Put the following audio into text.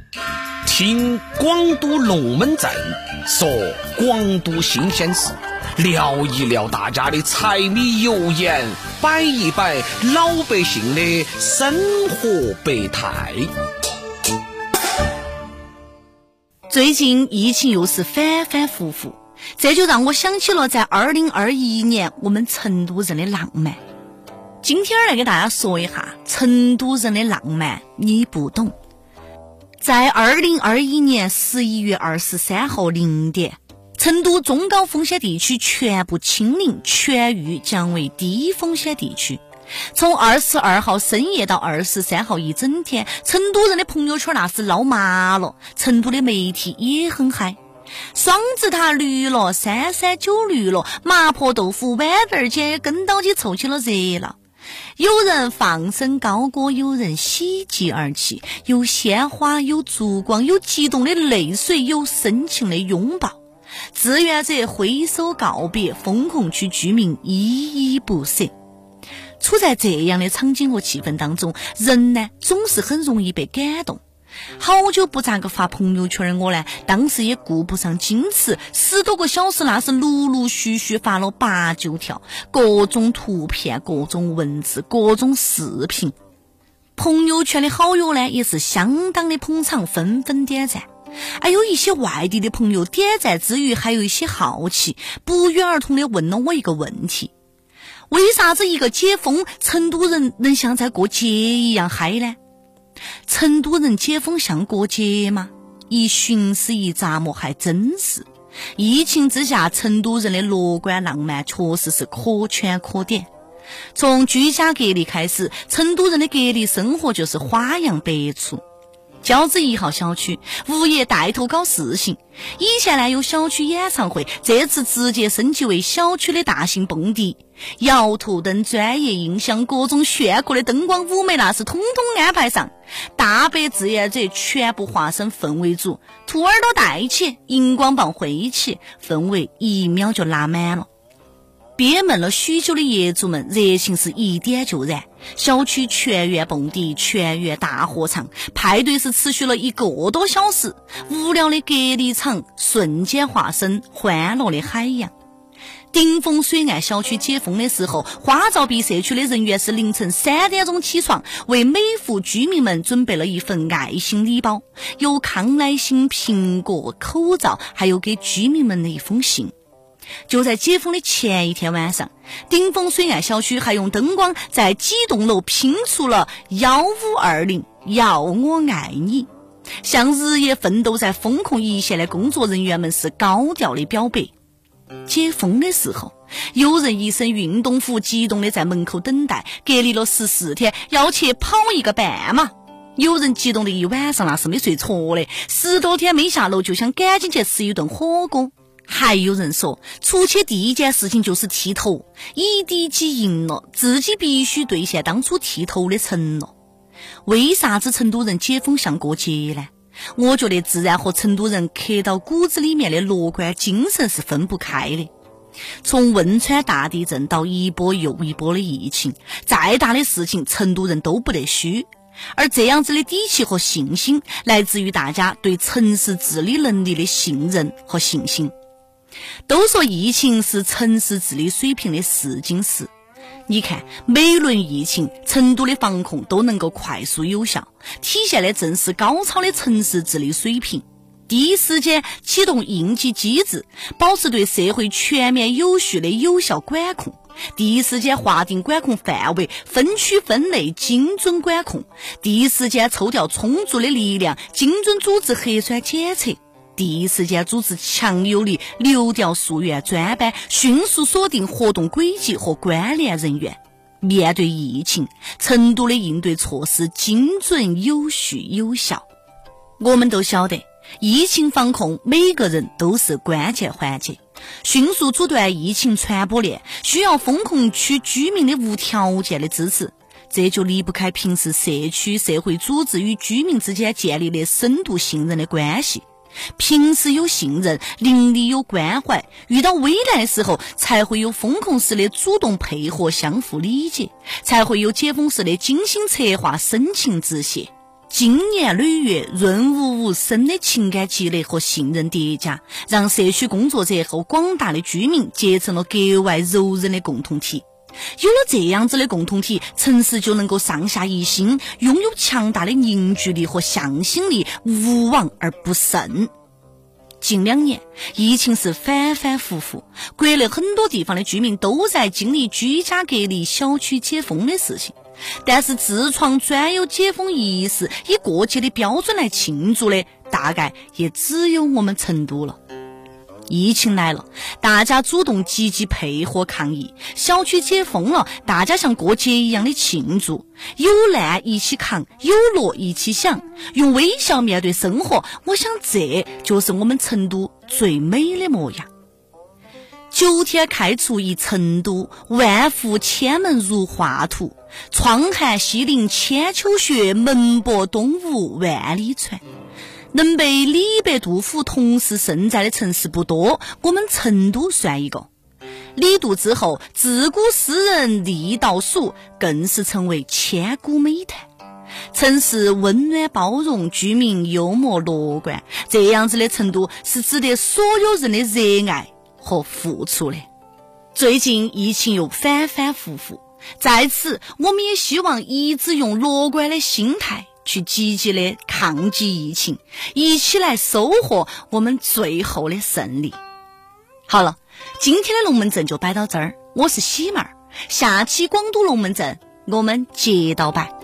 听广都龙门阵，说广都新鲜事，聊一聊大家的柴米油盐，摆一摆老百姓的生活百态。 最近疫情又是反反复复，这就让我想起了在2021年我们成都人的浪漫。今天来给大家说一下成都人的浪漫你不懂。在2021年11月23号0点，成都中高风险地区全部清零，全域降为低风险地区。从22号深夜到23号一整天，成都人的朋友圈那是闹麻了，成都的媒体也很嗨。双子塔绿了，339绿了，麻婆豆腐豌豆尖也跟到起凑起了热闹。有人放声高歌，有人喜极而泣，有鲜花，有烛光，有激动的泪水，有深情的拥抱。志愿者挥手告别，封控区居民依依不舍。处在这样的场景和气氛当中，人呢总是很容易被感动。好久不咋个发朋友圈的我呢，当时也顾不上矜持，10多个小时那是陆陆续续发了8、9条，各种图片，各种文字，各种视频。朋友圈的好友呢也是相当的捧场，纷纷点赞。还有一些外地的朋友点赞之余还有一些好奇，不约而同的问了我一个问题：为啥子一个解封，成都人能像在过节一样嗨呢？成都人解封像过节吗？一寻思一咂摸还真是。疫情之下，成都人的乐观浪漫确实是可圈可点。从居家隔离开始，成都人的隔离生活就是花样百出。交子1号小区物业带头搞事情，以前呢有小区演唱会，这次直接升级为小区的大型蹦迪，摇头灯、专业音响、各种炫酷的灯光舞美那是统统安排上。大白志愿者全部化身氛围组，兔耳朵戴起，荧光棒挥起，氛围1秒就拉满了。憋闷了许久的业主们热情是一点就燃，小区全员蹦迪，全员大合唱，派对是持续了1个多小时，无聊的隔离场瞬间化身欢乐的海洋。顶峰水岸小区解封的时候，花灶壁社区的人员是凌晨3点钟起床，为每户居民们准备了一份爱心礼包，有康乃馨、苹果、口罩，还有给居民们的一封信。就在解封的前一天晚上，顶峰水岸小区还用灯光在几栋楼拼出了1520要我爱你，向日夜奋斗在风控一线的工作人员们是高调的表白。解封的时候，有人一身运动服激动的在门口等待，隔离了14天要去跑一个半马。有人激动的一晚上那是没睡着的，10多天没下楼就想赶紧去吃一顿火锅。还有人说出去第一件事情就是剃头，一滴鸡赢了，自己必须兑现当初剃头的承诺。为啥子成都人解封像过节呢？我觉得自然和成都人刻到骨子里面的乐观精神是分不开的。从汶川大地震到一波又一波的疫情，再大的事情成都人都不得虚，而这样子的底气和信心来自于大家对城市治理能力的信任和信心。都说疫情是城市治理水平的试金石，你看每轮疫情成都的防控都能够快速有效，体现的正是高超的城市治理水平。第一时间启动应急机制，保持对社会全面有序的有效管控，第一时间划定管控范围，分区分类精准管控，第一时间抽调充足的力量，精准组织核酸检测，第一时间组织强有力流调溯源专班，迅速锁定活动轨迹和关联人员。面对疫情，成都的应对措施精准有序有效。我们都晓得疫情防控每个人都是关键环节，迅速阻断疫情传播链需要封控区居民的无条件的支持，这就离不开平时社区社会组织与居民之间建立的深度信任的关系。平时有信任，邻里有关怀，遇到危难的时候才会有风控时的主动配合相互理解，才会有解封时的精心策划深情致谢。 经年累月、润物无声的情感积累和信任叠加，让社区工作者和广大的居民结成了格外柔韧的共同体。有了这样子的共同体，城市就能够上下一心，拥有强大的凝聚力和向心力，无往而不胜。近2年，疫情是反反复复，国内很多地方的居民都在经历居家隔离、小区解封的事情。但是自创专有解封仪式，以过节的标准来庆祝的，大概也只有我们成都了。疫情来了，大家主动积极配合抗疫，小区解封了，大家像过节一样的庆祝，有难一起扛，有乐一起享，用微笑面对生活。我想这就是我们成都最美的模样。9天开出一成都，万户千门如画图，创汉西陵千秋穴，门泊东吴万里船。能被李白、杜甫同时盛载的城市不多，我们成都算一个。李杜之后，自古诗人力道蜀，更是成为千古美谈。城市温暖包容，居民幽默乐观，这样子的成都是值得所有人的热爱和付出的。最近疫情又反反复复，在此我们也希望一直用乐观的心态去积极的抗击疫情，一起来收获我们最后的胜利。好了，今天的龙门阵就摆到这儿，我是喜妹儿，下期广都龙门阵我们接到摆。